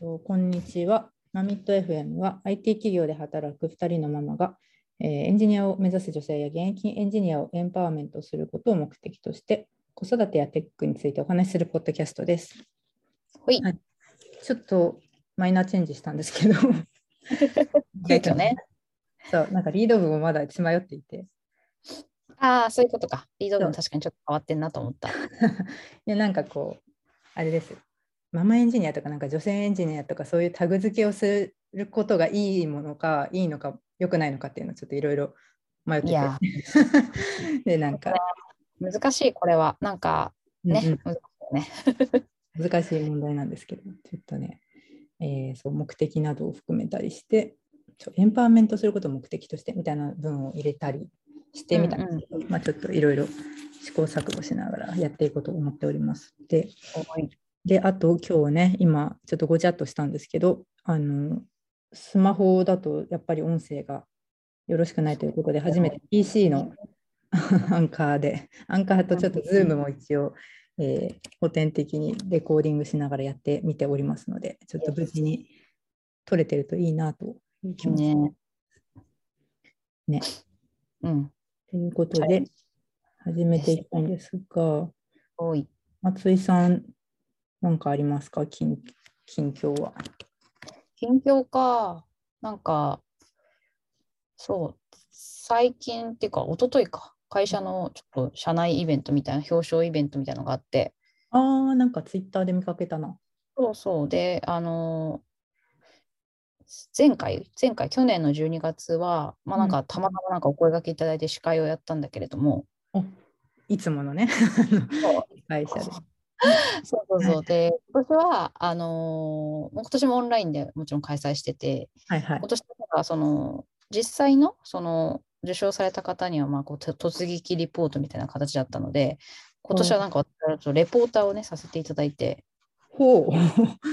こんにちは。マミット FM は IT 企業で働く2人のママが、エンジニアを目指す女性や現役エンジニアをエンパワーメントすることを目的として子育てやテックについてお話しするポッドキャストです。 はい。 ちょっとマイナーチェンジしたんですけど急遽ね。 そう、なんかリード文もまだ血迷っていて。 ああ、そういうことか。リード文確かにちょっと変わってんなと思った。 いや、なんかこう、あれですよ。ママエンジニアとか、なんか女性エンジニアとか、そういうタグ付けをすることがいいものか、いいのか、良くないのかっていうのをちょっといろいろ迷ってて。 いや、 で、なんか、 難しい、これは。なんか、ね、難しいね。 難しい問題なんですけど、ちょっとね、そう目的などを含めたりして、エンパワーメントすることを目的としてみたいな文を入れたりしてみたんですけど、ちょっといろいろ試行錯誤しながらやっていこうと思っております。で、あと今日ね、今ちょっとごちゃっとしたんですけど、スマホだとやっぱり音声がよろしくないということで、初めて PC のアンカーとちょっと Zoom も一応、古典的にレコーディングしながらやってみておりますので、ちょっと無事に撮れてるといいなという気持ちね。ということで、始めていきたいんですが、松井さん、何かありますか、近況は。 近況か。なんか、そう、最近っていうか、一昨日か。会社のちょっと社内イベントみたいな、表彰イベントみたいなのがあって。 なんかツイッターで見かけたな。 そうそう。で、前回、去年の12月は、なんかたまたまなんかお声掛けいただいて司会をやったんだけれども、 いつものね、会社で。 そう。で、今年は、今年もオンラインでもちろん開催してて、今年は実際の受賞された方には突撃リポートみたいな形だったので、今年はなんか私はレポーターをね、させていただいて。 ほう。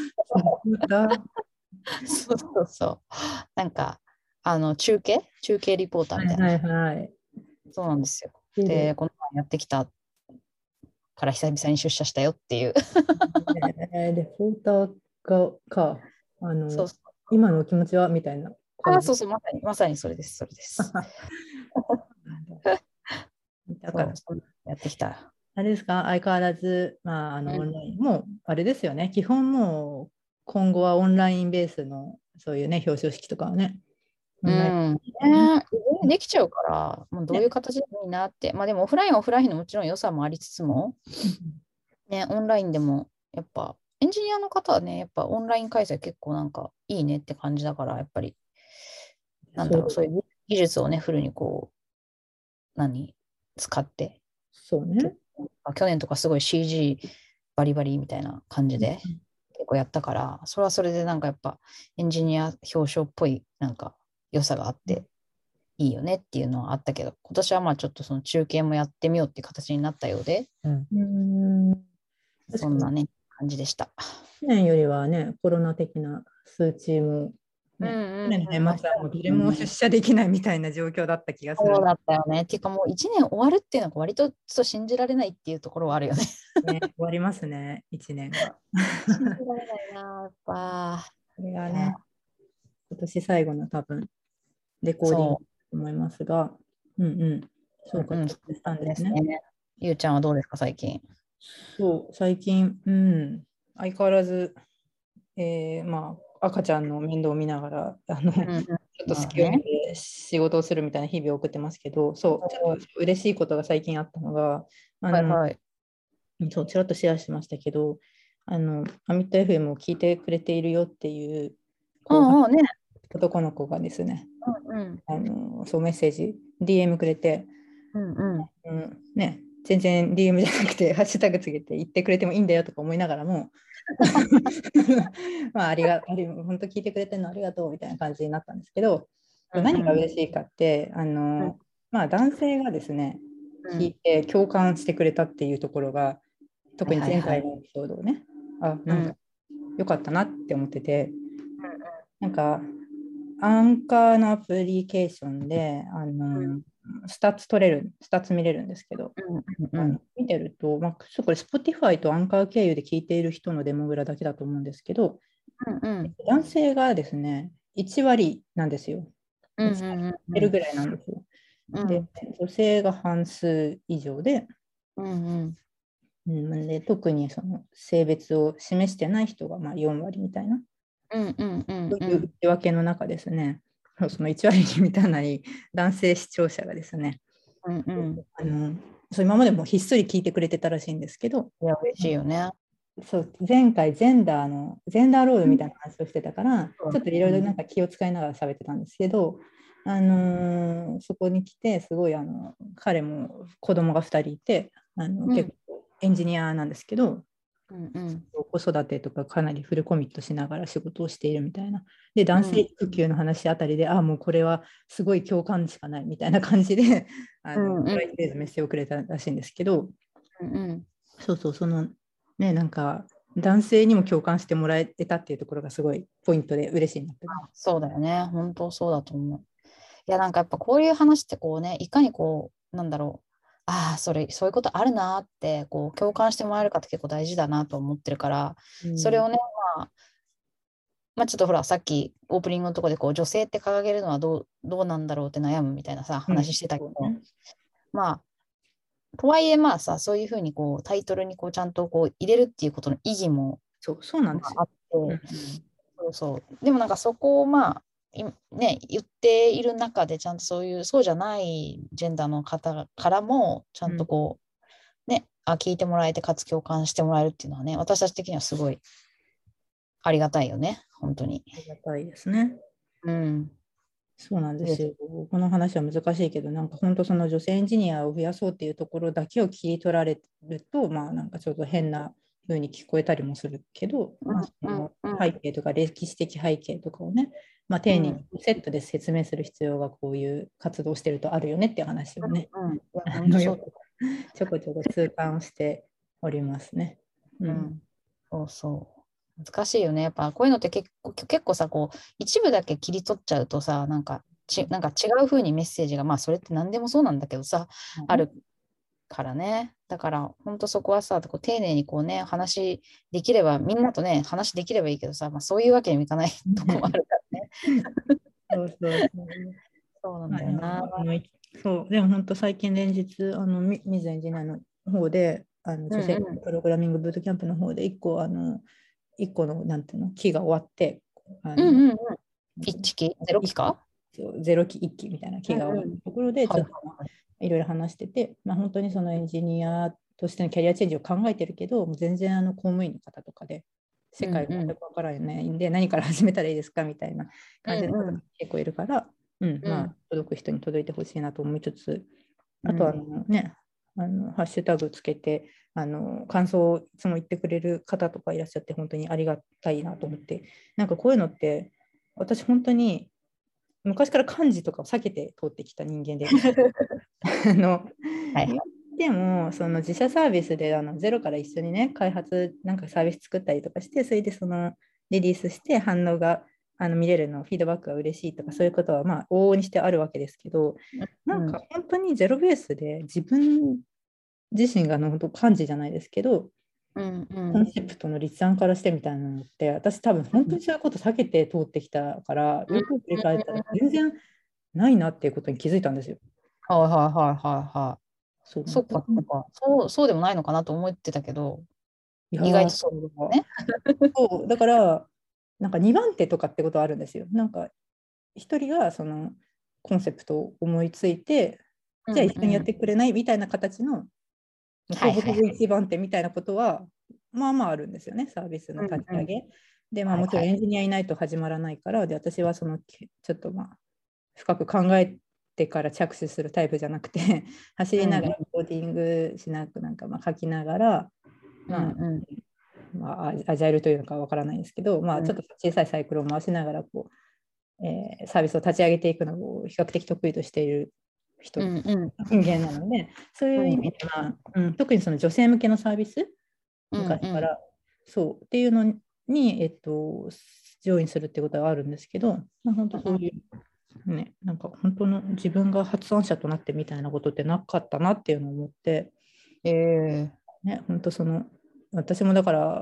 そう。なんか、中継リポーターみたいな。そうなんですよ。で、この前やってきたから久々に出社したよっていう。 レポーターか、 そう今のお気持ちはみたいな感じ。 そう、まさにそれです。 だから、 やってきた。 あれですか、相変わらず、オンライン、もう、あれですよね、基本もう、今後はオンラインベースの、そういうね、表彰式とかはね、 できちゃうから、もうどういう形でもいいなって。でもオフラインのもちろん良さもありつつも、ね、オンラインでも、やっぱ、エンジニアの方はね、やっぱオンライン開催結構なんかいいねって感じだから、やっぱり、そういう技術をね、フルに使って。 そうね。 去年とかすごい CG バリバリみたいな感じで結構やったから、それはそれでなんかやっぱエンジニア表彰っぽいなんか良さがあっていいよねっていうのはあったけど、今年はちょっとその中継もやってみようっていう形になったようで、そんなね、感じでした。 去年よりはね、コロナ的な数値も去年の年末はもう誰も出社できないみたいな状況だった気がする。 そうだったよね。っていうかもう1年終わるっていうのが割とちょっと信じられないっていうところはあるよね。 終わりますね、1年が。 信じられないな、やっぱ。 これがね、今年最後の多分、レコーディングと思いますが、そうか、したんですね。 ゆうちゃんはどうですか、最近。 そう、最近、相変わらず、赤ちゃんの面倒を見ながら、ちょっと隙を見て仕事をするみたいな日々を送ってますけど、そう、ちょっと嬉しいことが最近あったのが、そう、ちらっとシェアしましたけど、アミット FM を聞いてくれているよっていう男の子がですね、そうメッセージ、DM くれて、全然 DM じゃなくて、ハッシュタグつけて言ってくれてもいいんだよとか思いながらも、本当聞いてくれてるのありがとうみたいな感じになったんですけど、何が嬉しいかって、男性がですね、聞いて共感してくれたっていうところが、特に前回のエピソードをね、なんか良かったなって思ってて、なんか、アンカーのアプリケーションで、スタッツ見れるんですけど、見てると、これ Spotify とアンカー経由で聞いている人のデモグラだけだと思うんですけど、 男性がですね、1割なんですよ。 減るぐらいなんですよ。で、女性が半数以上で、で特にその性別を示してない人がまあ4割みたいな、そういう内訳の中ですね、その1割に満たない男性視聴者がですね、そう今までもひっそり聞いてくれてたらしいんですけど、 いや、嬉しいよね。 そう前回ジェンダーロールみたいな話をしてたから、ちょっといろいろなんか気を使いながら喋ってたんですけど、そこに来てすごい彼も子供が2人いて結構エンジニアなんですけど、子育てとかかなりフルコミットしながら仕事をしているみたいな。で、男性育休の話あたりで、もうこれはすごい共感しかないみたいな感じで、プライベートメッセージをくれたらしいんですけど、そのね、なんか男性にも共感してもらえたっていうところがすごいポイントで嬉しいなって。 そうだよね。本当そうだと思う。いや、なんかやっぱこういう話ってこうね、いかにこう、なんだろう、そういうことあるなって、こう、共感してもらえるかって結構大事だなと思ってるから、それをね、ちょっとほら、さっきオープニングのところでこう、女性って掲げるのはどうなんだろうって悩むみたいなさ、話してたけど、とはいえさ、そういうふうにこう、タイトルにこう、ちゃんとこう、入れるっていうことの意義もそうなんですよ。 あって、でもなんかそこを言っている中でちゃんとそうじゃないジェンダーの方からもちゃんとこう、聞いてもらえてかつ共感してもらえるっていうのはね、私たち的にはすごいありがたいよね、本当に。 ありがたいですね。そうなんですよ。この話は難しいけど、なんか本当その女性エンジニアを増やそうっていうところだけを切り取られると、なんかちょっと変な風に聞こえたりもするけど、その背景とか歴史的背景とかをね、丁寧にセットで説明する必要がこういう活動をしてるとあるよねっていう話をね、ちょこちょこ痛感をしておりますね。 難しいよね。やっぱこういうのって結構さ、こう一部だけ切り取っちゃうとさ、なんか違う風にメッセージが、それって何でもそうなんだけどさ、あるからね。だから本当そこはさ、こう丁寧にこうね、話できれば、みんなとね、話できればいいけどさ、そういうわけにもいかないとこもあるからね。そうなんだよな。 でも本当最近連日、水エンジニアの方で、女性プログラミングブートキャンプの方で1個、なんていうの、期が終わって、 1期 ?0 期か ?0 期、1期みたいな期が終わったところで、ちょっといろいろ話してて、本当にそのエンジニアとしてのキャリアチェンジを考えてるけど、全然公務員の方とかで、世界が全く分からないんで、何から始めたらいいですかみたいな感じの方が結構いるから、届く人に届いてほしいなと思いつつ、あとはハッシュタグつけて、感想をいつも言ってくれる方とかいらっしゃって、本当にありがたいなと思って、なんかこういうのって、私本当に昔から漢字とかを避けて通ってきた人間で、でも、その自社サービスでゼロから一緒にね、開発、なんかサービス作ったりとかして、それでそのリリースして反応が見れるの、フィードバックが嬉しいとか、そういうことは往々にしてあるわけですけど、なんか本当にゼロベースで自分自身が本当漢字じゃないですけど、コンセプトの立案からしてみたいなのって、私多分本当にそういうこと避けて通ってきたから、よく振り返ったら全然ないなっていうことに気づいたんですよ。 そうでもないのかなと思ってたけど、 意外とそうだね。そうだからなんか2番手とかってことはあるんですよ。なんか1人がそのコンセプトを思いついて、じゃあ一緒にやってくれないみたいな形のほぼほぼ1番手みたいなことはあるんですよね、サービスの立ち上げ。で、もちろんエンジニアいないと始まらないから、で私はそのちょっと深く考えてから着手するタイプじゃなくて走りながらコーディングしなくなんか書きながら、アジャイルというのかわからないんですけど、ちょっと小さいサイクルを回しながらこう、サービスを立ち上げていくのを比較的得意としている人間なので、そういう意味では、特にその女性向けのサービス昔から、そうっていうのに、ジョインするってことはあるんですけど、本当そういうね、なんか本当の自分が発案者となってみたいなことってなかったなっていうのを思って、ね、本当その私もだから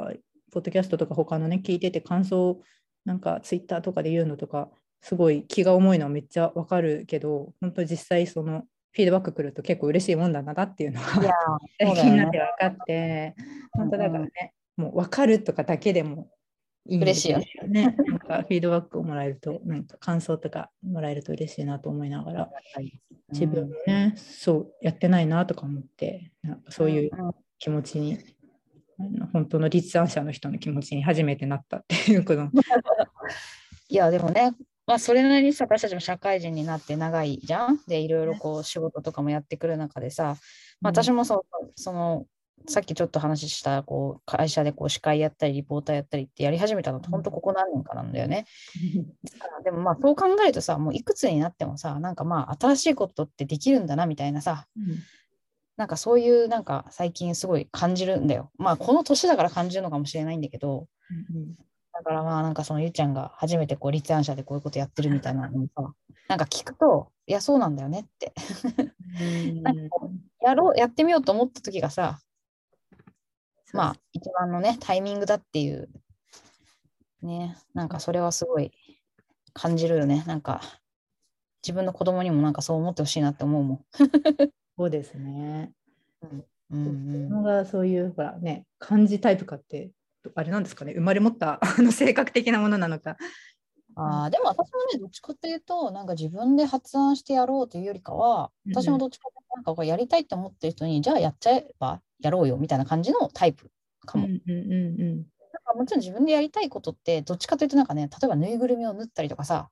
ポッドキャストとか他のね、聞いてて感想、なんかツイッターとかで言うのとか、すごい気が重いのはめっちゃわかるけど、本当実際そのフィードバック来ると結構嬉しいもんだなっていうのが最近になって分かって、本当だからね、もう分かるとかだけでもいいんですよね。なんかフィードバックをもらえると、なんか感想とかもらえると嬉しいなと思いながら、自分もね、そうやってないなとか思って、なんかそういう気持ちに、本当の立案者の人の気持ちに初めてなったっていうこと。 いや、でもね、まあ、それなりにさ、私たちも社会人になって長いじゃん。で、いろいろこう仕事とかもやってくる中でさ、まあ、私もその、さっきちょっと話したこう会社でこう司会やったりリポーターやったりってやり始めたのって本当ここ何年かなんだよね。でもまあそう考えるとさ、もういくつになってもさ、なんかまあ新しいことってできるんだなみたいなさ、なんかそういうなんか最近すごい感じるんだよ。まあこの年だから感じるのかもしれないんだけど、だからまあなんかそのゆうちゃんが初めてこう立案者でこういうことやってるみたいなのもさ、なんか聞くと、いやそうなんだよねってなんかやってみようと思った時がさ、まあ一番のねタイミングだっていうね、なんかそれはすごい感じるよね。なんか自分の子供にもなんかそう思ってほしいなって思うもん。 そうですね。子供がそういうほらね、漢字タイプかってあれなんですかね、生まれ持った性格的なものなのか。 でも私もね、どっちかというと、なんか自分で発案してやろうというよりかは、私もどっちかというと、なんかやりたいと思ってる人に、じゃあやっちゃえばやろうよみたいな感じのタイプかも。なんかもちろん自分でやりたいことって、どっちかというとなんかね、例えばぬいぐるみを縫ったりとかさ。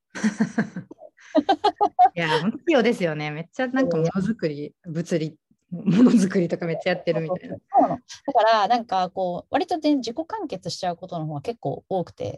いや、本当器用ですよね。めっちゃなんかものづくり、物理、ものづくりとかめっちゃやってるみたいな。 だから、なんかこう、割と、ね、自己完結しちゃうことの方が結構多くて。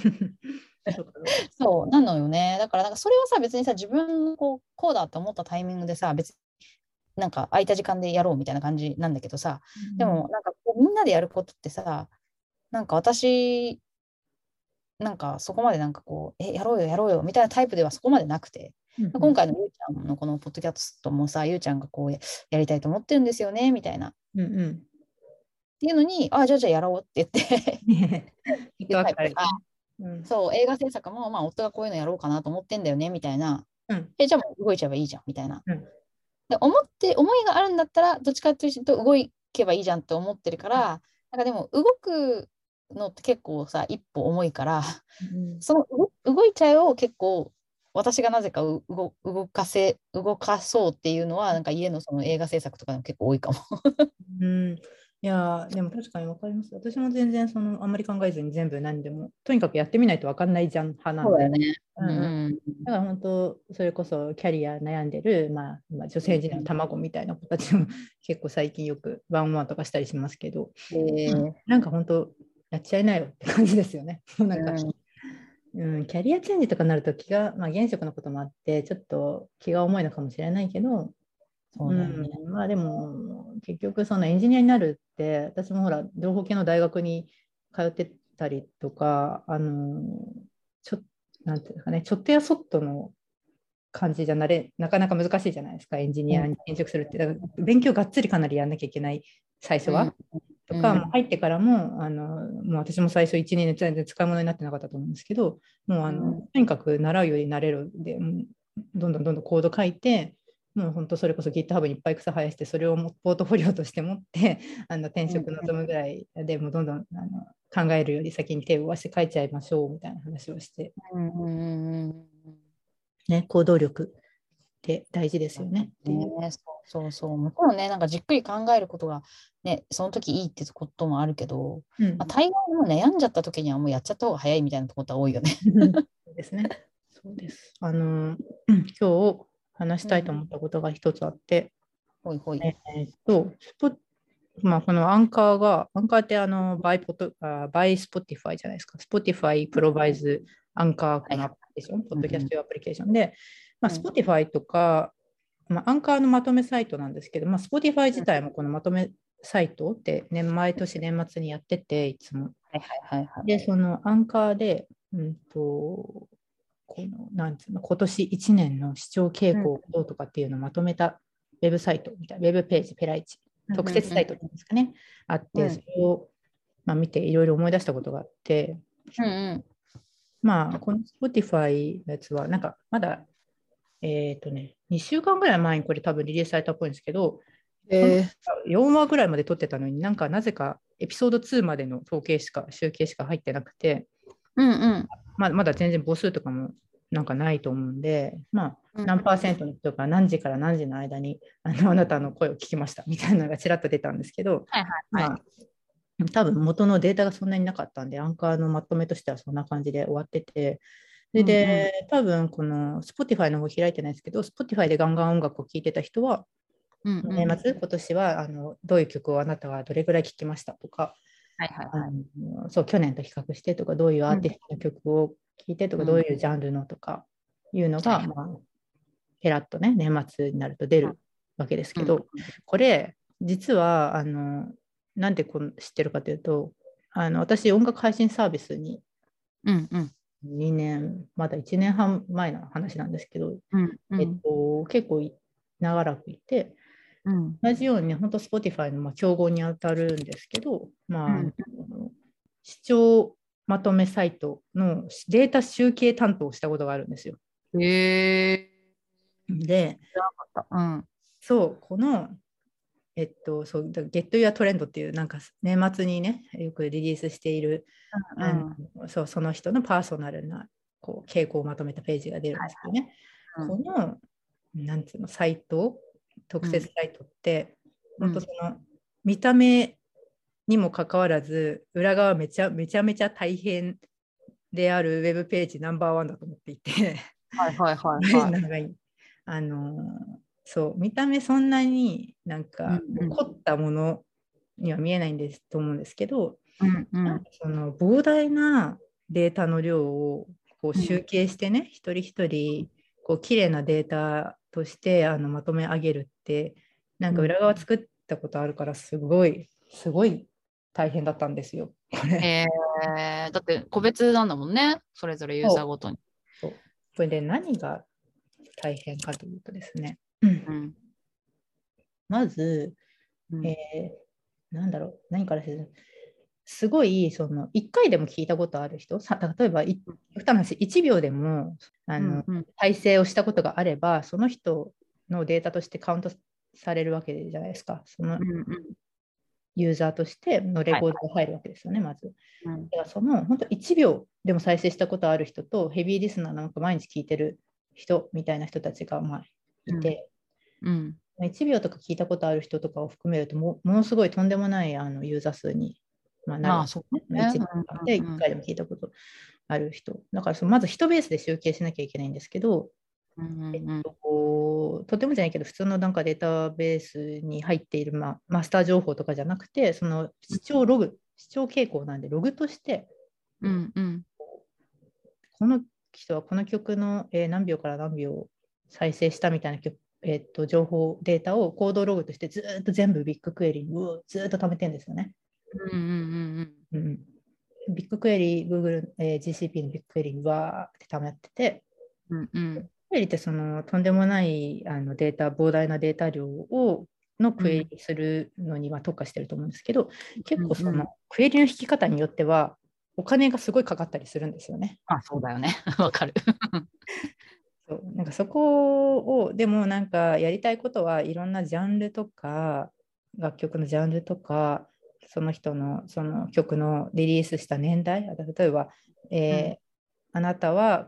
そうなのよね。だからなんかそれはさ、別にさ、自分のこうだと思ったタイミングでさ、別になんか空いた時間でやろうみたいな感じなんだけどさ、でもなんかこうみんなでやることってさ、なんか私、なんかそこまでなんかこう、やろうよやろうよみたいなタイプではそこまでなくて、今回のゆうちゃんのこのポッドキャストもさ、ゆうちゃんがこうやりたいと思ってるんですよねみたいな。っていうのに、じゃあやろうって言ってそう、映画制作も、まあ、夫がこういうのやろうかなと思ってんだよねみたいな。じゃあもう動いちゃえばいいじゃんみたいな。で思いがあるんだったら、どっちかというと動けばいいじゃんって思ってるから、なんかでも動くのって結構さ、一歩重いから、その動いちゃえを結構、私がなぜか動かそうっていうのは、なんか家のその映画制作とかでも結構多いかも。 いやでも確かに分かります。私も全然あんまり考えずに全部何でも、とにかくやってみないと分かんないじゃん派なんで。そうだよね。だから本当、それこそキャリア悩んでる、女性陣の卵みたいな子たちも結構最近よくワンワンとかしたりしますけど、なんか本当、やっちゃいなよって感じですよね。なんか、キャリアチェンジとかになると現職のこともあって、ちょっと気が重いのかもしれないけど、そうだよね。でも結局そのエンジニアになるって私もほら情報系の大学に通ってたりとかなんていうかね、ちょっとやそっとの感じじゃなかなか難しいじゃないですか、エンジニアに転職するって。だから勉強がっつりかなりやんなきゃいけない最初は、とか、入ってからももう私も最初1年全然使い物になってなかったと思うんですけど、もうとにかく習うより慣れるでどんどんコード書いて、もう本当それこそ GitHub にいっぱい草生やして、それをポートフォリオとして持って転職望むぐらいでもうどんどん考えるより先に手を動かして書いちゃいましょうみたいな話をして、行動力って大事ですよね。 そうそう。もちろんね、なんかじっくり考えることがね、その時いいってこともあるけど、大概も悩んじゃった時にはもうやっちゃった方が早いみたいなことは多いよね。 そうですね。そうです。今日話したいと思ったことが一つあって、このアンカーってバイスポティファイじゃないですか。Spotify provides アンカーこのアプリケーション、ポッドキャストアプリケーションで、Spotify とか、アンカーのまとめサイトなんですけど、Spotify 自体もこのまとめサイトって毎年年末にやってて、いつも。で、そのアンカーで、なんつうの、今年1年の視聴傾向どうとかっていうのをまとめたウェブサイトみたいな、ウェブページ、ペライチ、特設サイトですかね、あって、それを見ていろいろ思い出したことがあって、 うんうん、 この Spotify のやつは、なんかまだ、2週間ぐらい前にこれ多分リリースされたっぽいんですけど、4話ぐらいまで撮ってたのに、なぜかエピソード2までの集計しか入ってなくて、 うんうん、 まだ全然母数とかもなんかないと思うんで、何パーセントの人が何時から何時の間にあなたの声を聞きましたみたいなのがちらっと出たんですけど、多分元のデータがそんなになかったんで、アンカーのまとめとしてはそんな感じで終わってて、で、多分この Spotify の方開いてないですけど、Spotify でガンガン音楽を聴いてた人は、年末、今年はどういう曲をあなたはどれぐらい聴きましたとか、そう去年と比較してとか、どういうアーティストの曲を聴いてとか、どういうジャンルのとかいうのが、へらっとね、年末になると出るわけですけど、これ、実はなんで知ってるかというと、私、音楽配信サービスに2年、まだ1年半前の話なんですけど、結構長らくいて、同じようにね、本当 Spotify の競合に当たるんですけど、視聴まとめサイトのデータ集計担当をしたことがあるんですよ。で、そう、このそう、ゲット・ユア・トレンドっていう、なんか年末にね、よくリリースしている、その人のパーソナルな傾向をまとめたページが出るんですけどね、この、なんつうの、サイト、特設サイトって、本当その、見た目にもかかわらず、裏側めちゃめちゃ大変であるウェブページナンバーワンだと思っていて、長い。そう見た目そんなになんか凝ったものには見えないんですと思うんですけど、その膨大なデータの量を集計してね、一人一人綺麗なデータとしてまとめ上げるって、なんか裏側作ったことあるからすごい大変だったんですよ。 だって個別なんだもんね、それぞれユーザーごとに。 そうこれで何が大変かというとですね、まず、なんだろう、何から説明すごい、1回でも聞いたことある人、例えば、1秒でも再生をしたことがあれば、その人のデータとしてカウントされるわけじゃないですか。そのユーザーとしてのレコードが入るわけですよね、まず。だからその本当1秒でも再生したことある人と、ヘビーリスナーなんか毎日聞いてる人みたいな人たちがいて、1秒とか聞いたことある人とかを含めるとものすごいとんでもないユーザー数になるわけですね。1秒で1回でも聞いたことある人。だからまず1ベースで集計しなきゃいけないんですけど、とてもじゃないけど普通のなんかデータベースに入っている、マスター情報とかじゃなくて、その視聴傾向なんでログとして、この人はこの曲の、何秒から何秒再生したみたいな情報データをコードログとしてずっと全部ビッグクエリにずっと貯めてるんですよね。ビッグクエリ、Google、GCP のビッグクエリにわーって溜まってて、クエリってそのとんでもない膨大なデータ量のクエリするのには特化してると思うんですけど、結構そのクエリの引き方によってはお金がすごいかかったりするんですよね。 そうだよね。わかる。 なんかそこを、でもなんかやりたいことはいろんなジャンルとか、楽曲のジャンルとか、その人のその曲のリリースした年代、例えば、あなたは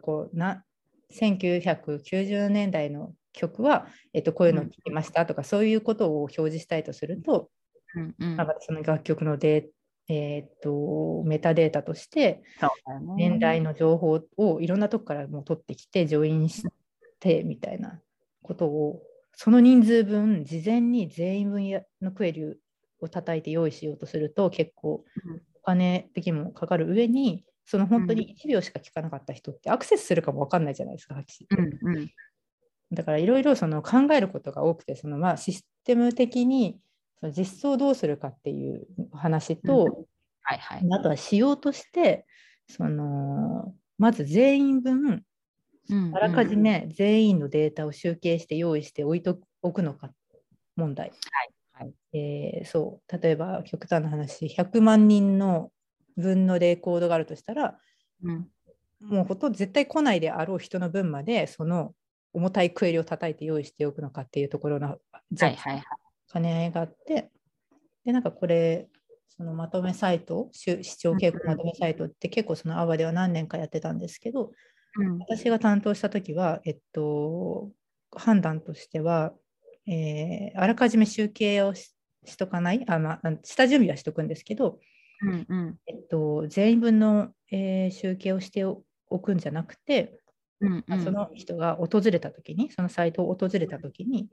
1990年代の曲は、こういうのを聴きましたとか、そういうことを表示したいとすると、その楽曲のメタデータとして年代の情報をいろんなとこからもう取ってきてジョインしてみたいなことをその人数分事前に全員分のクエリを叩いて用意しようとすると結構お金的にもかかる上にその本当に1秒しか聞かなかった人ってアクセスするかも分かんないじゃないですか。だからいろいろ考えることが多くてシステム的にその実装をどうするかっていう話と、あとは仕様としてまず全員分あらかじめ全員のデータを集計して用意して置いておくのか問題。 そう例えば極端な話100万人の分のレコードがあるとしたら、もうほとんど絶対来ないであろう人の分までその重たいクエリを叩いて用意しておくのかっていうところの兼ね合いがあって、でなんかこれそのまとめサイト、視聴傾向まとめサイトって結構そのAWAでは何年かやってたんですけど、私が担当した時は、判断としては、あらかじめ集計をしとかない、下準備はしとくんですけど、全員分の、集計をしておくんじゃなくて、その人が訪れた時に、そのサイトを訪れた時に、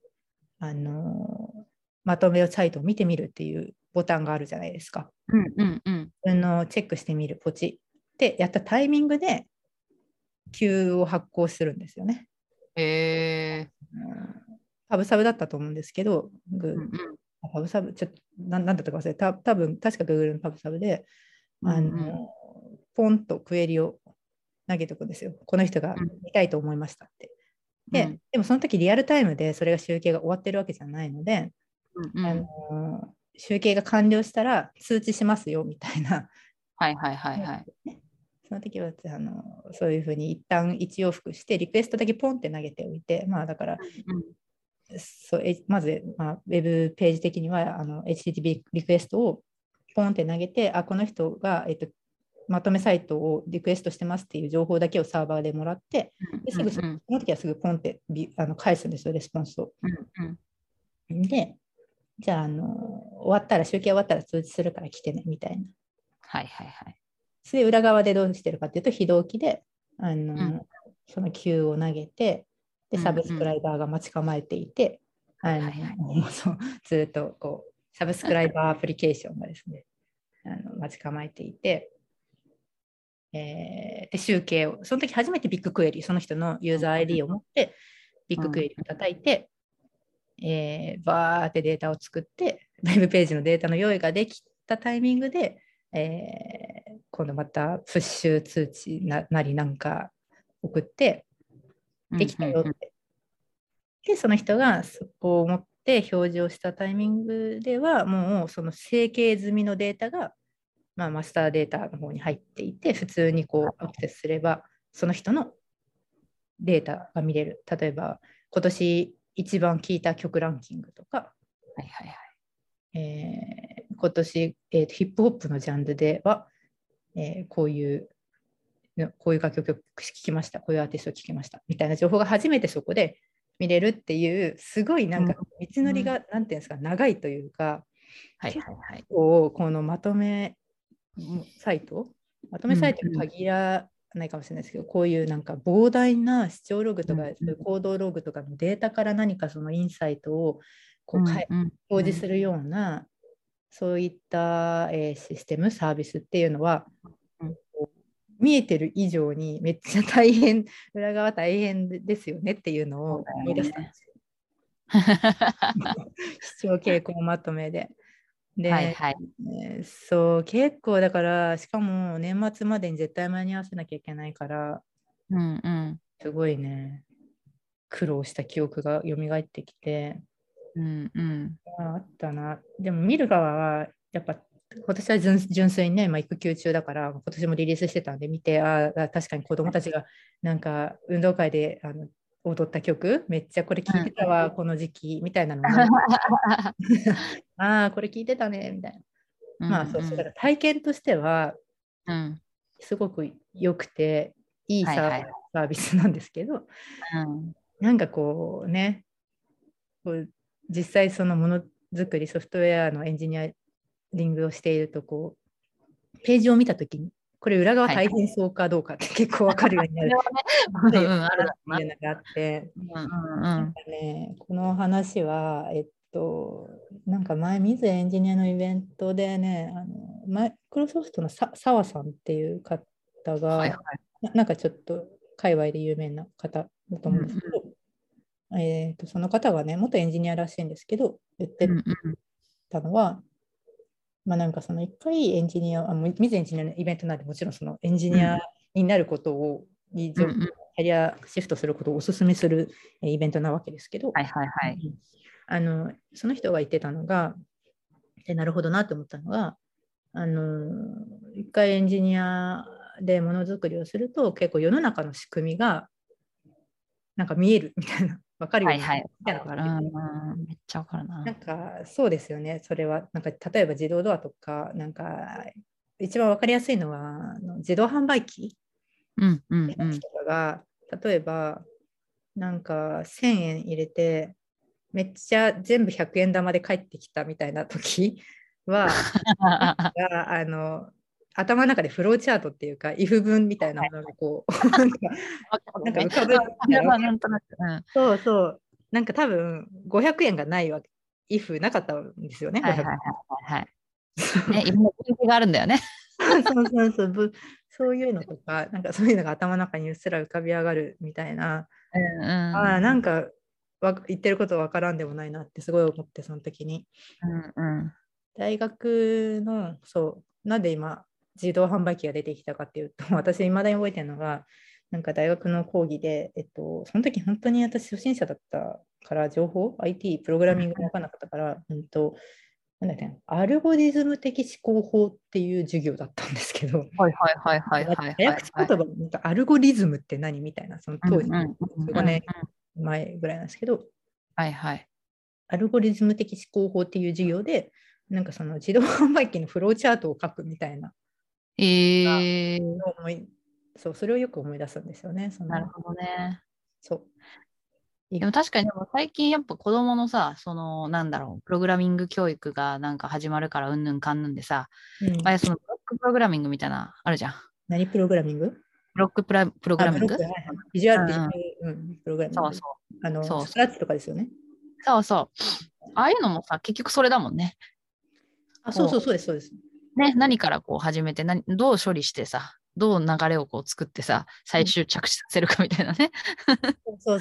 まとめサイトを見てみるっていうボタンがあるじゃないですか。チェックしてみる、ポチってやったタイミングで、Q を発行するんですよね。パブサブだったと思うんですけど、パブサブ、ちょっと何だったか忘れた、多分確か Google のパブサブで、ポンとクエリを投げておくんですよ。この人が見たいと思いましたって。でもその時リアルタイムでそれが集計が終わってるわけじゃないので、集計が完了したら通知しますよみたいな。その時はそういうふうに一旦一往復してリクエストだけポンって投げておいて、だから、まず、ウェブページ的にはHTTP リクエストをポンって投げて、この人が、まとめサイトをリクエストしてますっていう情報だけをサーバーでもらって、その時はすぐポンって返すんですよ、レスポンスを。で、じゃあ、集計終わったら通知するから来てねみたいな。それで裏側でどうしてるかっていうと、非同期でその Q を投げて、でサブスクライバーが待ち構えていて、ずっとこうサブスクライバーアプリケーションがですね、待ち構えていて、で集計を、その時初めてビッグクエリ、その人のユーザー ID を持ってビッグクエリを叩いて、バーってデータを作って、ウェブページのデータの用意ができたタイミングで、今度またプッシュ通知なりなんか送って、できたよって。で、その人がそこを持って表示をしたタイミングでは、もうその整形済みのデータが、マスターデータの方に入っていて、普通にこうアクセスすれば、その人のデータが見れる。例えば、今年一番聴いた曲ランキングとか、今年、ヒップホップのジャンルでは、こういう楽曲を聴きました、こういうアーティストを聴きましたみたいな情報が初めてそこで見れるっていう、すごいなんか道のりが、なんていうんですか、長いというか、結構このまとめサイトに限らないかもしれないですけど、こういうなんか膨大な視聴ログとか、行動ログとかのデータから何かそのインサイトをこう表示するような、そういった、システム、サービスっていうのは、見えてる以上にめっちゃ大変、裏側大変ですよねっていうのを思い出したんですよ。視聴傾向まとめで。で、そう、結構だから、しかも年末までに絶対間に合わせなきゃいけないから、すごいね、苦労した記憶が蘇ってきて、あったな。でも見る側は、やっぱ今年は純粋にね、育休中だから今年もリリースしてたんで見て、確かに子供たちがなんか運動会で踊った曲めっちゃこれ聴いてたわ、この時期みたいなのもこれ聴いてたねみたいな、そうだから体験としてはすごく良くていいサービスなんですけど、なんかこうね、こう実際そのものづくり、ソフトウェアのエンジニアリングをしていると、こうページを見たときにこれ裏側大変そうかどうかって結構分かるようになるっていうのがあって、なんかね、この話はなんか前水エンジニアのイベントでね、マイクロソフトの澤さんっていう方が、なんかちょっと界隈で有名な方だと思うんですけど、その方がね、元エンジニアらしいんですけど、言ってたのは、なんかその一回エンジニア、水エンジニアのイベントなんで、もちろんそのエンジニアになることを、キャリアシフトすることをお勧めするイベントなわけですけど、 その人が言ってたのが、なるほどなと思ったのが、一回エンジニアでものづくりをすると結構世の中の仕組みがなんか見えるみたいな、分かるようになるみたいなこと言って、 めっちゃ分かるな。 なんかそうですよね。それはなんか例えば自動ドアとか、なんか一番分かりやすいのは自動販売機とかが、例えばなんか1000円入れてめっちゃ全部100円玉で返ってきたみたいな時は頭の中でフローチャートっていうか if 文みたいなものがこうなんか浮かぶ。そうそう。なんか多分500円がないわけ。if なかったんですよね。500円。 ね、いろんな分岐があるんだよね。 そういうのとか、なんかそういうのが頭の中にうっすら浮かび上がるみたいな。なんか言ってることわからんでもないなってすごい思って、その時に。大学の、なんで今、自動販売機が出てきたかっていうと、私、いまだに覚えてるのが、なんか大学の講義で、その時本当に私、初心者だったから、IT、プログラミングが分からなかったから、なんだっけ、アルゴリズム的思考法っていう授業だったんですけど、早口言葉なんかアルゴリズムって何みたいな、その当時、15年前ぐらいなんですけど、アルゴリズム的思考法っていう授業で、なんかその自動販売機のフローチャートを書くみたいな。それをよく思い出すんですよね。 なるほどね。 そう。 でも確かに最近やっぱ子供のさ、プログラミング教育がなんか始まるからうんぬんかんぬんでさ、そのブロックプログラミングみたいなあるじゃん。 何プログラミング？ ブロックプログラミング？ ビジュアルプログラミング。スクラッチとかですよね。 そうそう。ああいうのもさ、結局それだもんね。 そうです。 ね、何からこう始めて、どう処理してさ、どう流れをこう作ってさ、最終着地させるかみたいなね。 そう。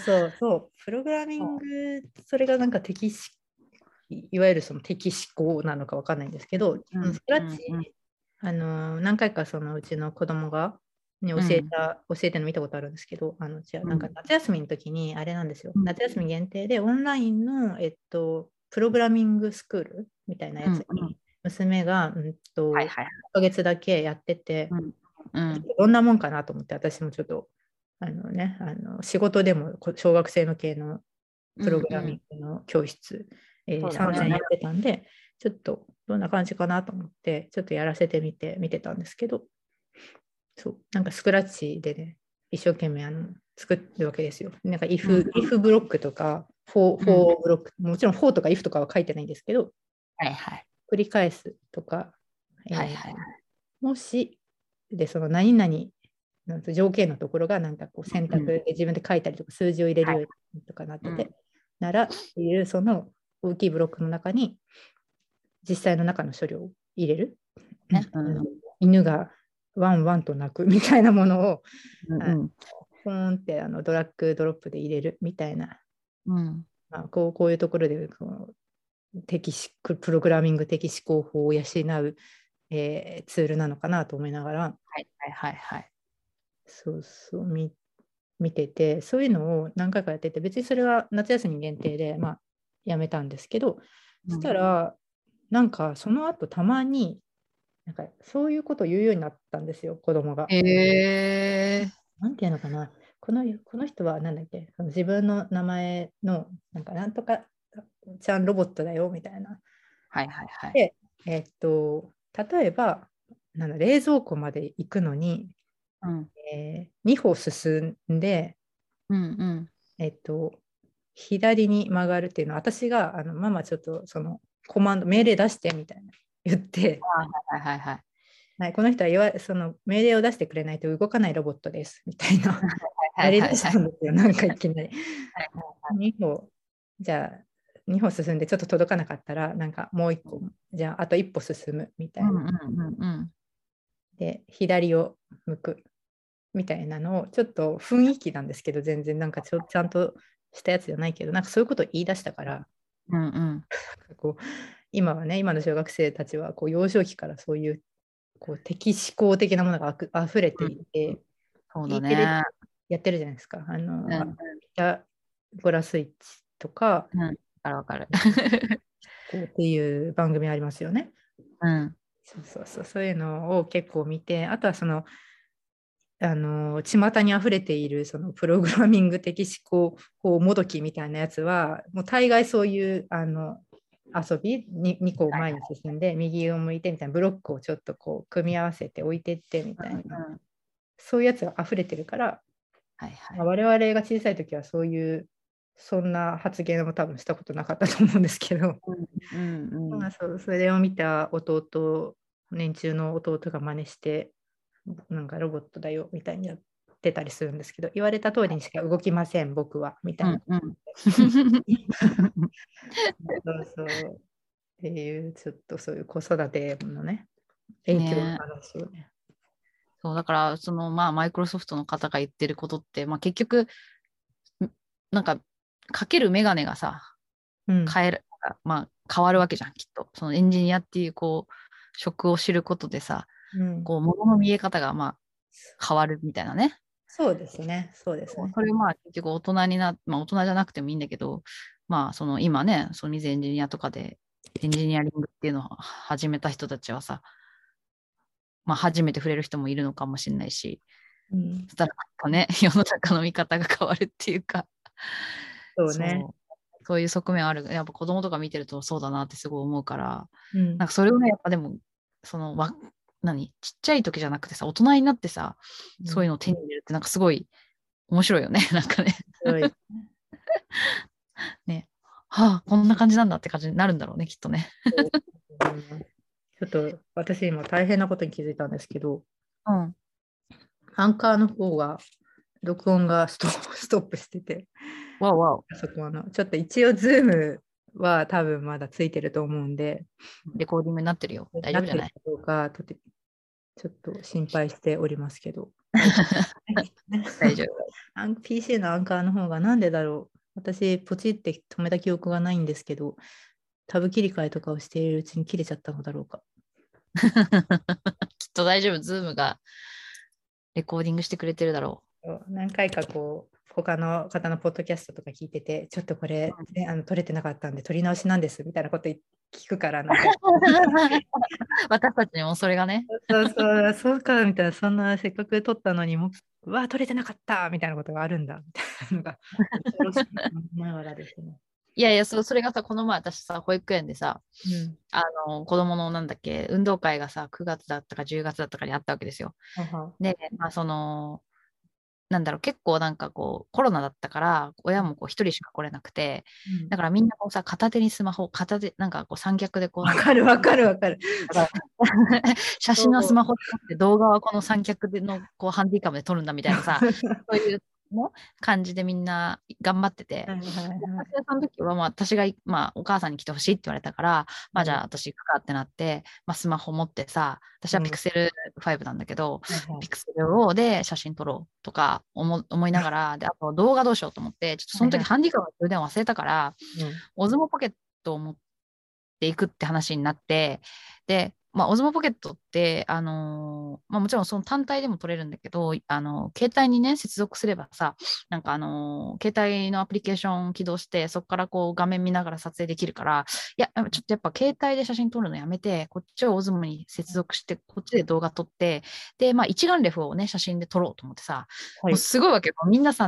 プログラミング、それがなんかいわゆるその敵思考なのかわかんないんですけど、スクラッチ、何回かそのうちの子供が、教えてるの見たことあるんですけど、なんか夏休みの時にあれなんですよ。夏休み限定でオンラインの、プログラミングスクールみたいなやつに、娘が、1ヶ月だけやってて、どんなもんかなと思って、私もちょっと、仕事でも小学生の系のプログラミングの教室、3年やってたんで、ちょっとどんな感じかなと思って、ちょっとやらせて見てたんですけど、なんかスクラッチでね、一生懸命作るわけですよ。なんか if ブロックとか、for ブロック、もちろん for とか if とかは書いてないんですけど、繰り返すとか、もし、で、その何々の条件のところがなんかこう選択で自分で書いたりとか数字を入れるようにとかなってて、ならっていうその大きいブロックの中に実際の中の処理を入れる。犬がワンワンと鳴くみたいなものを、ポーンってドラッグドロップで入れるみたいな、こういうところでプログラミング的思考法を養う、ツールなのかなと思いながら、見てて、そういうのを何回かやってて、別にそれは夏休み限定で、やめたんですけど、そしたらなんかその後たまになんかそういうことを言うようになったんですよ、子供が。なんていうのかな、この人はなんだっけ、自分の名前のなんとかちゃんロボットだよみたいな。で、例えば冷蔵庫まで行くのに、2歩進んで、左に曲がるっていうのは、私がママちょっとそのコマンド命令出してみたいな言って、この人はその命令を出してくれないと動かないロボットですみたいなやり出したんですよ、なんかいきなり。2歩、じゃあ2歩進んでちょっと届かなかったら、なんかもう1個、じゃああと1歩進むみたいな。で、左を向くみたいなのを、ちょっと雰囲気なんですけど、全然なんかちゃんとしたやつじゃないけど、なんかそういうことを言い出したから、こう今はね、今の小学生たちはこう幼少期からそういうこう敵思考的なものがあふれていて、やってるじゃないですか。ピタゴラスイッチとか、 わかる。 こうっていう番組ありますよね。 うん。 そういうのを結構見て、あとは巷にあふれているそのプログラミング的思考法もどきみたいなやつは、もう大概そういう遊びに2個前に進んで、右を向いてみたいなブロックをちょっとこう組み合わせて置いてってみたいな、そういうやつがあふれてるから、我々が小さい時はそんな発言も多分したことなかったと思うんですけど、それを見た年中の弟が真似して、なんかロボットだよみたいにやってたりするんですけど、言われた通りにしか動きません、僕はみたいな。そうっていう、ちょっとそういう子育てのね、影響の話をね。 そうだからマイクロソフトの方が言ってることって、結局なんかかけるメガネがさ、変わるわけじゃん、きっと。そのエンジニアっていう職を知ることでさ、物の見え方が変わるみたいなね。 そうですね。それ結局大人大人じゃなくてもいいんだけど、今ね、水エンジニアとかでエンジニアリングっていうのを始めた人たちはさ、初めて触れる人もいるのかもしれないし、そしたらね、世の中の見方が変わるっていうか、そういう側面ある。やっぱ子供とか見てるとそうだなってすごい思うから、なんかそれをね、やっぱでも、ちっちゃい時じゃなくてさ、大人になってさ、そういうのを手に入れるってなんかすごい面白いよね、なんかね。ね、こんな感じなんだって感じになるんだろうね、きっとね。 ちょっと私今大変なことに気づいたんですけど、 アンカーの方が録音がストップしてて、そこちょっと一応ズームは多分まだついてると思うんで、 レコーディングになってるよ。大丈夫じゃない？ どうかちょっと心配しておりますけど。 大丈夫。PC のアンカーの方がなんでだろう。私、ポチって止めた記憶がないんですけど、タブ切り替えとかをしているうちに切れちゃったのだろうか。 きっと大丈夫。ズームがレコーディングしてくれてるだろう。何回か他の方のポッドキャストとか聞いてて、ちょっとこれ、撮れてなかったんで、撮り直しなんですみたいなこと聞くからなんか私たちにもそれがね。 そうかみたいな、そんなせっかく撮ったのに撮れてなかったみたいなことがあるんだみたいなのが恐ろしいながらですね。 いやいや、それがさ、この前私さ、保育園でさ、子供の運動会がさ、9月だったか10月だったかにあったわけですよ。で、結構コロナだったから、親も一人しか来れなくて、だからみんな片手にスマホ、三脚でわかる。 写真のスマホって動画はこの三脚でのハンディカムで撮るんだみたいなさ、そういう感じでみんな頑張ってて、その時は私が、お母さんに来てほしいって言われたから、じゃあ私行くかってなって、スマホ持ってさ、私はピクセル5なんだけど、ピクセルで写真撮ろうとか思いながら、で、あと動画どうしようと思って、ちょっとその時ハンディカムの充電忘れたから、オズモポケットを持っていくって話になって、で、オズモポケットって、もちろんその単体でも撮れるんだけど、携帯にね、接続すればさ、携帯のアプリケーションを起動して、そこから画面見ながら撮影できるから、いや、ちょっとやっぱ携帯で写真撮るのやめて、こっちをオズモに接続して、こっちで動画撮って、で、一眼レフをね、写真で撮ろうと思ってさ、もうすごいわけよ。みんなさ、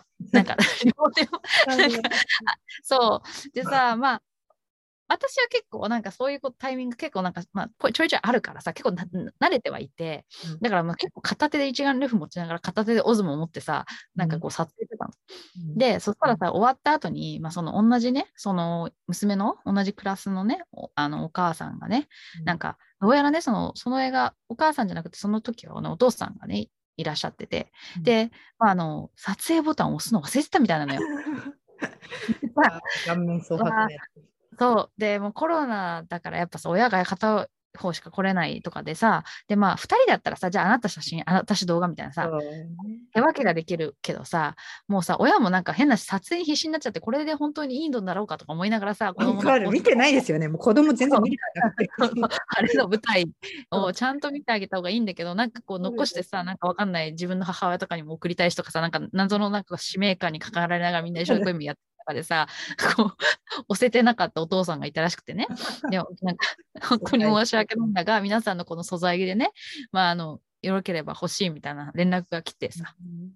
そう。でさ、私は結構そういうタイミング結構ちょいちょいあるからさ、結構慣れてはいて、だから結構片手で一眼レフ持ちながら片手でオズモを持ってさ、撮影してたの。で、そしたらさ、終わった後に、同じね、娘の同じクラスのね、お母さんがね、どうやらね、その映画、お母さんじゃなくて、その時はお父さんがね、いらっしゃってて、で、撮影ボタンを押すの忘れてたみたいなのよ。 顔面蒼白のやつ。 そう。で、もうコロナだからやっぱさ、親が片方しか来れないとかでさ、で、2人だったらさ、じゃああなた写真、私動画みたいなさ、手分けができるけどさ、もうさ、親も変な撮影に必死になっちゃって、これで本当にいいのだろうかとか思いながらさ、子供の見てないですよね。もう子供全然見てなくて。 あれの舞台をちゃんと見てあげた方がいいんだけど、残してさ、わかんない自分の母親とかにも送りたいしとかさ、謎の使命感に関わられながらみんな一生懸命やってかでさ、こう押せてなかったお父さんがいたらしくてね。でもなんか本当に申し訳ないんだが、皆さんのこの素材でね、よろければ欲しいみたいな連絡が来てさ。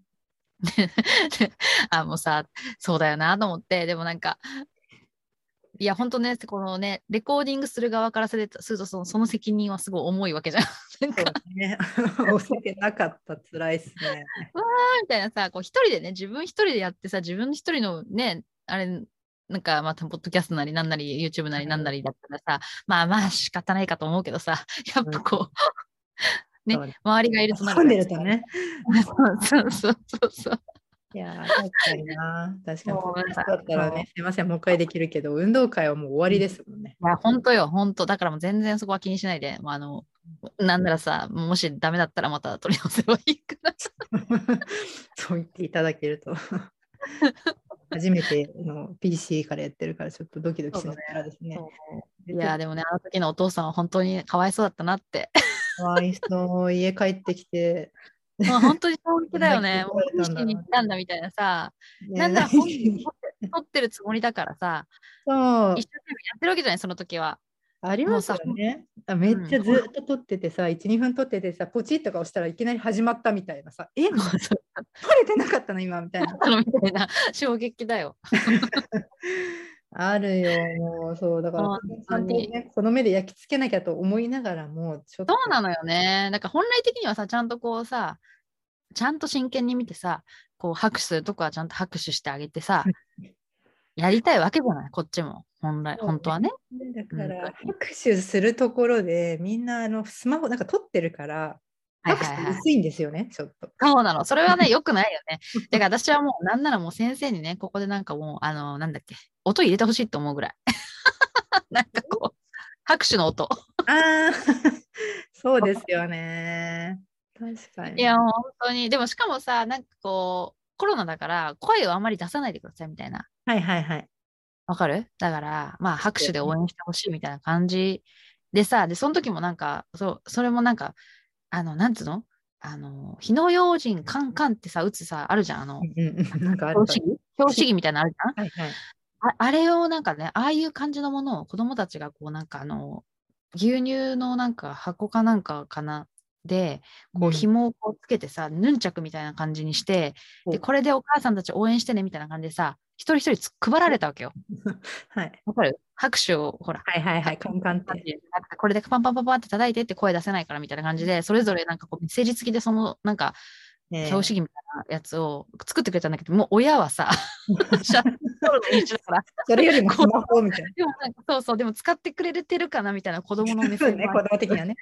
もうさ、そうだよなと思って、でもなんか、いや、本当ね、このね、レコーディングする側からすると、その責任はすごい重いわけじゃん。なんかね、押せてなかった辛いっすね。 わーみたいなさ、こう一人でね、自分一人でやってさ、自分一人のね、あれ、なんかポッドキャストなりなんなり、YouTube なりなんなりだったらさ、まあ仕方ないかと思うけどさ、やっぱこう、ね、周りがいるとなるから。とね。 そうそう。 いや確かにな。確かに。だったらね、すいません、もう一回できるけど、運動会はもう終わりですもんね。 いや、本当よ、本当。だからもう全然そこは気にしないで、なんならさ、もしダメだったらまた取り直せばいいから。 そう言っていただけると。初めての PC からやってるからちょっとドキドキしながらですね。 いやでもね、あの時のお父さんは本当にかわいそうだったなって。 かわいそう、家帰ってきて。 本当に衝撃だよね。もう本気に行ったんだみたいなさ、なんなら本気に撮ってるつもりだからさ、 そう一生懸命やってるわけじゃない、その時は。 ありますよね。めっちゃずっと撮っててさ、1、2分撮っててさ、ポチッとか押したらいきなり始まったみたいなさ、撮れてなかったの今みたいな。 みたいな衝撃だよ。 あるよ、もうそうだから、ちゃんとね、この目で焼き付けなきゃと思いながらも、ちょっと。 そうなのよね。なんか本来的にはさ、ちゃんとこうさ、ちゃんと真剣に見てさ、こう拍手するとこはちゃんと拍手してあげてさ、やりたいわけじゃない、こっちも。本当はね。 だから拍手するところでみんなスマホなんか撮ってるから拍手薄いんですよね、ちょっと。 そうなの。それはね、よくないよね。だから私はもう、なんならもう先生にね、ここでなんかもう、なんだっけ、音入れてほしいと思うぐらい。なんかこう、拍手の音。 ああ、そうですよね。確かに。 いや、本当に。でもしかもさ、なんかこう、コロナだから声をあまり出さないでくださいみたいな。 はいはいはい。 わかる？だから、拍手で応援してほしいみたいな感じでさ、で、その時もなんか、それもなんか、なんつうの火の用心カンカンってさ、打つさ、あるじゃん。 なんかある。 標識儀みたいなのあるじゃん。 はいはい。 あれをなんかね、ああいう感じのものを子供たちがこうなんか牛乳のなんか箱かなんかかなで、こう紐をこうつけてさ、ヌンチャクみたいな感じにして、で、これでお母さんたち応援してねみたいな感じでさ、一人一人配られたわけよ。 はい。 わかる？拍手をほら。 はいはいはい、カンカンって。 これでパンパンパンパンって叩いてって声出せないからみたいな感じで、それぞれなんかこうメッセージ付きでそのなんか、標識儀みたいなやつを作ってくれたんだけど、もう親はさ、写真撮るの一緒だから。 それよりもスマホみたいな。 でもなんかそうそう、でも使ってくれてるかなみたいな子供の目線ね、子供的なね。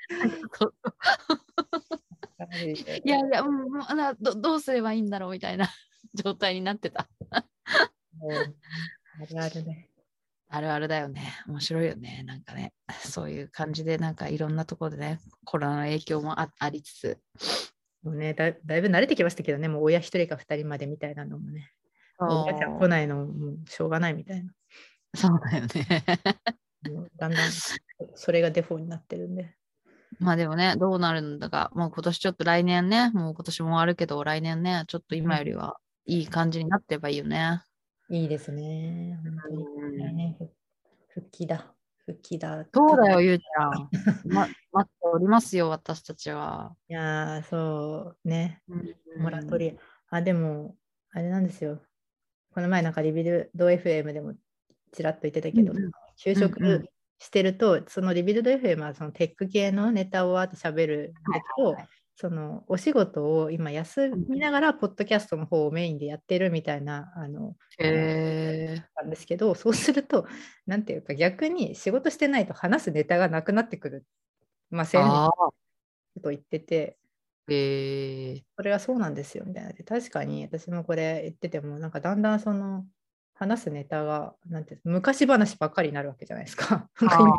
いやいや、どうすればいいんだろうみたいな状態になってた。 あるあるね。 あるあるだよね。面白いよね。なんかね、そういう感じで、なんかいろんなところでね、コロナの影響もありつつ。 もうね、だいぶ慣れてきましたけどね、もう親一人か二人までみたいなのもね。おばあちゃん来ないのもしょうがないみたいな。 そうだよね。 だんだんそれがデフォになってるんで。 まあでもね、どうなるんだか、もう今年ちょっと来年ね、もう今年も終わるけど、来年ね、ちょっと今よりはいい感じになってればいいよね。 いいですね。本当に。来年復帰だ。復帰だ。 そうだよ、ゆうちゃん。待っておりますよ、私たちは。 いやー、そうね。モラトリア。でも、あれなんですよ。この前なんかリビルド FM でもちらっと言ってたけど、休職してると、そのリビルド FM はそのテック系のネタをわーって喋ると、そのお仕事を今休みながら、ポッドキャストの方をメインでやってるみたいな、なんですけど、そうすると、なんていうか、逆に仕事してないと話すネタがなくなってくる。まあ、宣伝と言ってて、それはそうなんですよみたいな。確かに私もこれ言ってても、なんかだんだんその話すネタがなんて昔話ばっかりになるわけじゃないですか。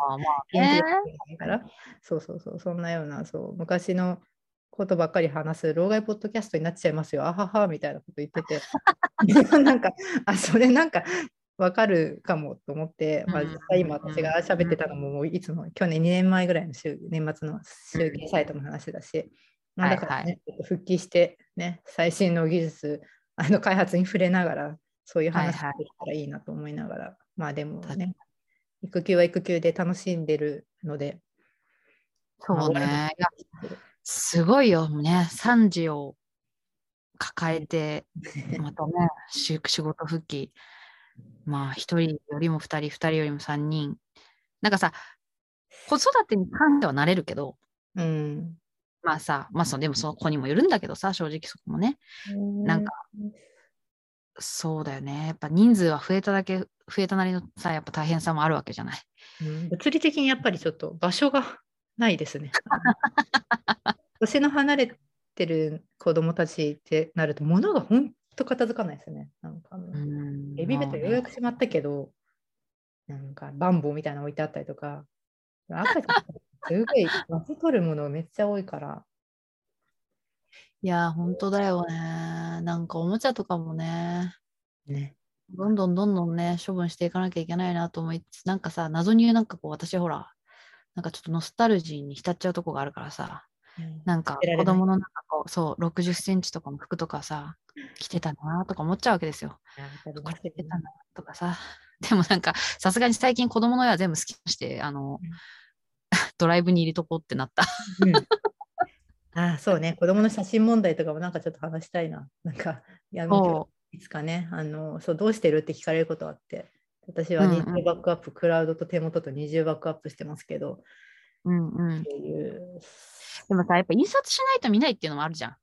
そうそうそう、そんなような昔のことばっかり話す老害ポッドキャストになっちゃいますよ、あははみたいなこと言ってて、なんかそれなんかわかるかもと思って、実際今私が喋ってたのもいつも去年2年前ぐらいの年末の集計サイトの話だし、だからね、復帰してね、最新の技術開発に触れながらそういう話ができたらいいなと思いながら、まあでもね、育休は育休で楽しんでるので。 そうね。いや、すごいよね。3時を抱えて、またね、仕事復帰。まあ、1人よりも2人、2人よりも3人。なんかさ、子育てに関してはなれるけど、 うん、 まあさ、まあでもそこにもよるんだけどさ、正直そこもね。なんか、そうだよね。やっぱ人数は増えただけ、増えたなりのさ、やっぱ大変さもあるわけじゃない。 物理的にやっぱりちょっと場所がないですね。年の離れてる子供たちってなると、物が本当片付かないですね。なんかエビベッドようやくしまったけど、なんかバンボーみたいなの置いてあったりとか、赤ちゃんすごい場所取るものめっちゃ多いから。 いや、本当だよね。なんかおもちゃとかもね、どんどんね、処分していかなきゃいけないなと思いつつ、なんかさ、謎になんかこう、私ほら、なんかちょっとノスタルジーに浸っちゃうとこがあるからさ、なんか子供のなんかこう、そう、60センチとかの服とかさ、着てたなとか思っちゃうわけですよ。これ着てたなとかさ。でもなんか、さすがに最近子供の親は全部好きにして、ドライブに入れとこうってなった。 ああ、そうね。子供の写真問題とかもなんかちょっと話したいな。なんか、いつかね、そう、どうしてるって聞かれることあって、私は20バックアップ、クラウドと手元と20バックアップしてますけど、そういう。 でもさ、やっぱ印刷しないと見ないっていうのもあるじゃん。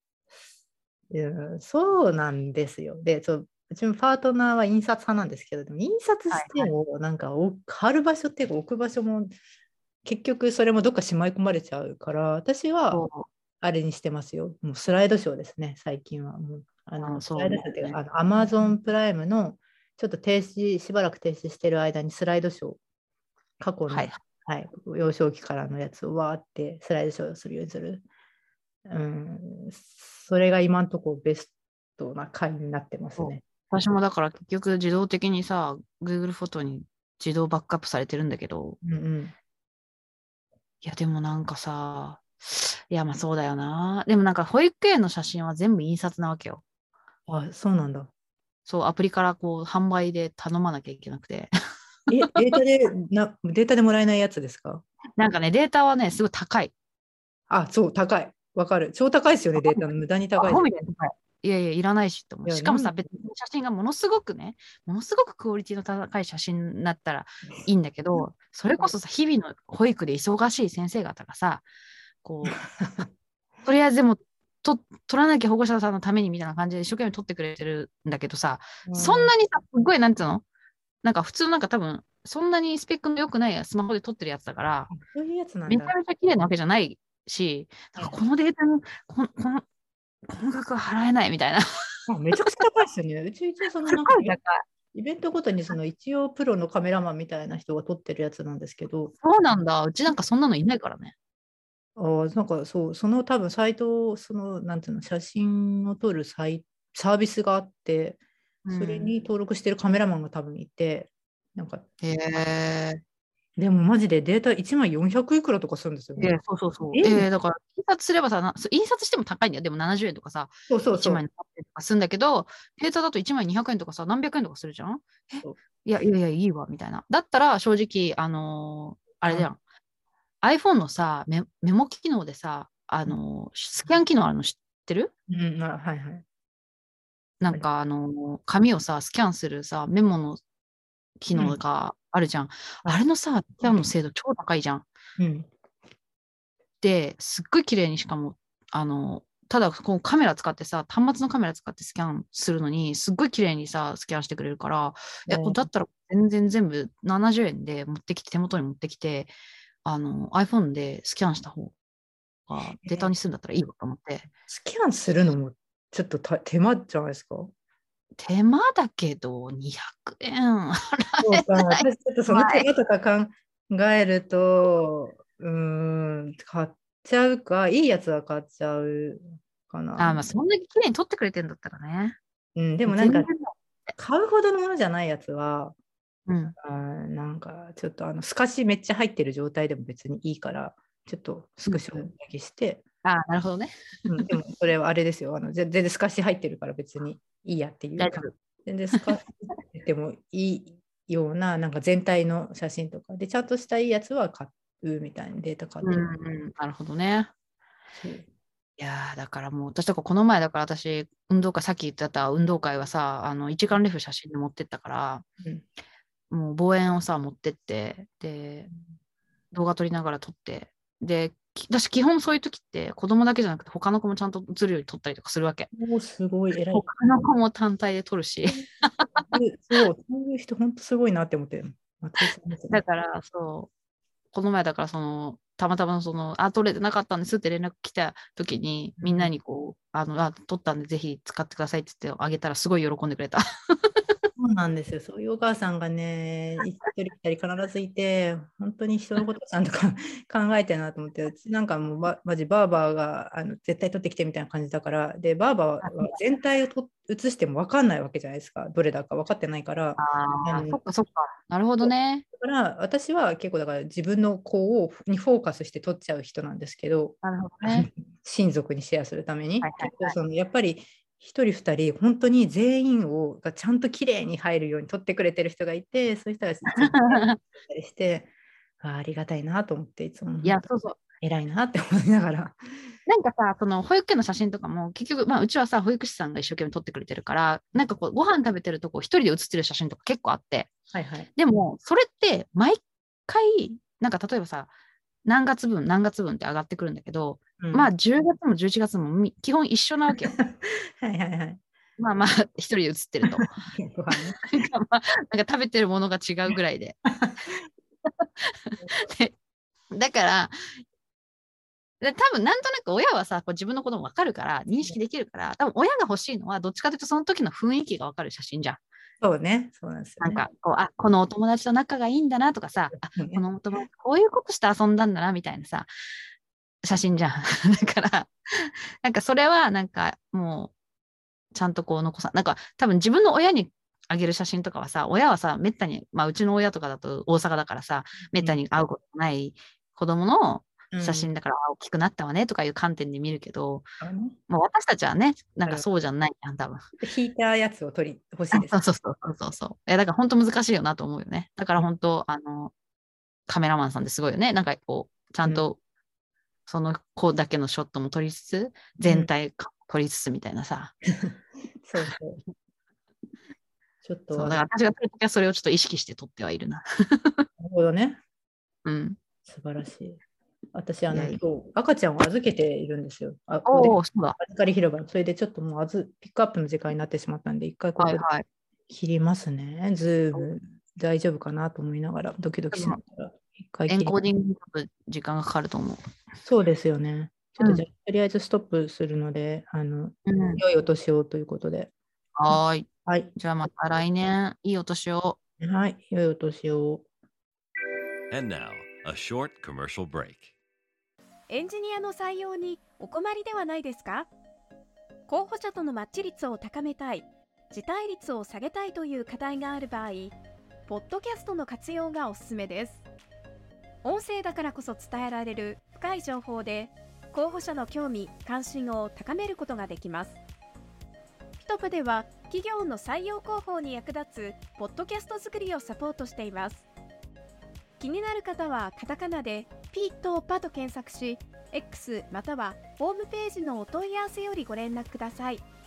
そうなんですよ。で、うちのパートナーは印刷派なんですけど、でも印刷しても、なんか貼る場所っていうか置く場所も、結局それもどっかしまい込まれちゃうから、私はあれにしてますよ。もうスライドショーですね、最近は。もうスライドショーっていうか、Amazon プライムのちょっとしばらく停止してる間にスライドショー、過去の、幼少期からのやつをわーってスライドショーをするようにする。それが今のところベストな回になってますね。 私もだから結局自動的にさ、Google フォトに自動バックアップされてるんだけど、いやでもなんかさ、いやまあそうだよな。でもなんか保育園の写真は全部印刷なわけよ。 あ、そうなんだ。 そう、アプリからこう販売で頼まなきゃいけなくて。 データでもらえないやつですか？ なんかね、データはね、すごい高い。 あ、そう、高い。わかる。超高いですよね、データの無駄に高い。 いやいや、いらないしって思う。しかもさ、別に写真がものすごくクオリティの高い写真になったらいいんだけど、それこそさ、日々の保育で忙しい先生方がさ、こう、とりあえずでも撮らなきゃ保護者さんのためにみたいな感じで一生懸命撮ってくれてるんだけどさ、そんなにさ、すっごい、なんていうのなんか普通なんか多分、そんなにスペックの良くないスマホで撮ってるやつだから、 そういうやつなんだ。 めちゃめちゃ綺麗なわけじゃないし、なんかこのデータに、この額は払えないみたいな。 めちゃくちゃ高いですよね。うちそのなんかイベントごとに一応プロのカメラマンみたいな人が撮ってるやつなんですけど。 そうなんだ。うちなんかそんなのいないからね。 なんかそう、多分サイト、なんていうの、写真を撮るサービスがあって、それに登録してるカメラマンが多分いて、なんか、でもマジでデータ1枚400いくらとかするんですよね。 そう。だから、印刷すればさ、印刷しても高いんだよ。でも70円とかさ、1枚700円とかするんだけど、データだと1枚200円とかさ、何百円とかするじゃん。いや、いいわ、みたいな。だったら、正直、あれじゃん。iPhone のさ、メモ機能でさ、スキャン機能あるの知ってる？ はいはい。 なんか、紙をさ、スキャンするさ、メモの機能があるじゃん。あれのさ、スキャンの精度超高いじゃん。で、すっごい綺麗にしかも、ただこうカメラ使ってさ、端末のカメラ使ってスキャンするのに、すっごい綺麗にさ、スキャンしてくれるから、だったら全部70円で手元に持ってきて、iPhone でスキャンした方がデータにするんだったらいいわと思って。 スキャンするのもちょっと手間じゃないですか？ 手間だけど、200円払えない。 私ちょっとその手間とか考えると、買っちゃうか、いいやつは買っちゃうかな。 まあ、そんだけ綺麗に撮ってくれてるんだったらね。 でもなんか、買うほどのものじゃないやつは、なんかちょっと透かしめっちゃ入ってる状態でも別にいいから、ちょっとスクショだけして。 なるほどね。 でもそれはあれですよ。全然透かし入ってるから別にいいやっていう。 全然スカッてもいいような、なんか全体の写真とかで、ちゃんとしたいいやつは買うみたいにデータ買ってる。 なるほどね。いやだからもう私とかこの前だから私運動会さっき言ってた運動会はさ一眼レフ写真で持ってったから、もう望遠をさ持ってってで動画撮りながら撮ってで私基本そういう時って子供だけじゃなくて他の子もちゃんと映るように撮ったりとかするわけ。 すごい偉い。 他の子も単体で撮るしそういう人本当すごいなって思ってる。 だからそうこの前だからたまたま撮れてなかったんですって連絡来た時にみんなにこう、撮ったんでぜひ使ってくださいって言ってあげたらすごい喜んでくれた。 そうなんですよ。そういうお母さんがね、一人二人必ずいて、本当に人のことちゃんと考えてるなと思って、うちなんかもうマジバーバーが絶対撮ってきてみたいな感じだから、で、バーバーは全体を写しても分かんないわけじゃないですか。どれだか分かってないから。 そっかそっか。なるほどね。 だから私は結構だから自分の子にフォーカスして撮っちゃう人なんですけど、 なるほどね、 親族にシェアするために、結構やっぱり一人二人本当に全員がちゃんと綺麗に入るように撮ってくれてる人がいて、そういう人がたりしてありがたいなと思っていつも。 いやそうそう偉いなって思いながら。 なんかさ保育園の写真とかも結局、うちはさ保育士さんが一生懸命撮ってくれてるからなんかこうご飯食べてるとこ一人で写ってる写真とか結構あって、でもそれって毎回なんか例えばさ何月分って上がってくるんだけど、10月も11月も基本一緒なわけよ。一人で写ってるとなんか食べてるものが違うぐらいでだから多分なんとなく親はさこう自分のことも分かるから認識できるから多分親が欲しいのはどっちかというとその時の雰囲気が分かる写真じゃん。 そうね、そうなんですよね。 なんかこうこのお友達と仲がいいんだなとかさこのお友達こういうことして遊んだんだなみたいなさ写真じゃん。だからなんかそれはなんかもうちゃんとこう残さなんか多分自分の親にあげる写真とかはさ親はさめったにうちの親とかだと大阪だからさめったに会うことない子供の写真だから大きくなったわねとかいう観点で見るけど、私たちはねなんかそうじゃないじゃん多分。 引いたやつを撮り欲しいです。 そうだから本当難しいよなと思うよね。だから本当カメラマンさんってすごいよね。なんかこうちゃんとその子だけのショットも撮りつつ全体撮りつつみたいなさ。 そうちょっとだから私が撮るときはそれをちょっと意識して撮ってはいるな。 なるほどね。素晴らしい。私今日赤ちゃんを預けているんですよ。 そうだ。 預かり広場。それでちょっともうピックアップの時間になってしまったんで、一回ここで切りますね。ズーム大丈夫かなと思いながら、ドキドキしながら。 エンコーディングに時間がかかると思う。 そうですよね。ちょっとじゃあ、とりあえずストップするので、良いお年をということで。 はい。じゃあまた来年、いいお年を。 はい、良いお年を。 And now, a short commercial break. エンジニアの採用にお困りではないですか？候補者とのマッチ率を高めたい、辞退率を下げたいという課題がある場合、ポッドキャストの活用がおすすめです。音声だからこそ伝えられる深い情報で、候補者の興味・関心を高めることができます。ピトプでは企業の採用広報に役立つポッドキャスト作りをサポートしています。気になる方はカタカナでピとパと検索し、X またはホームページのお問い合わせよりご連絡ください。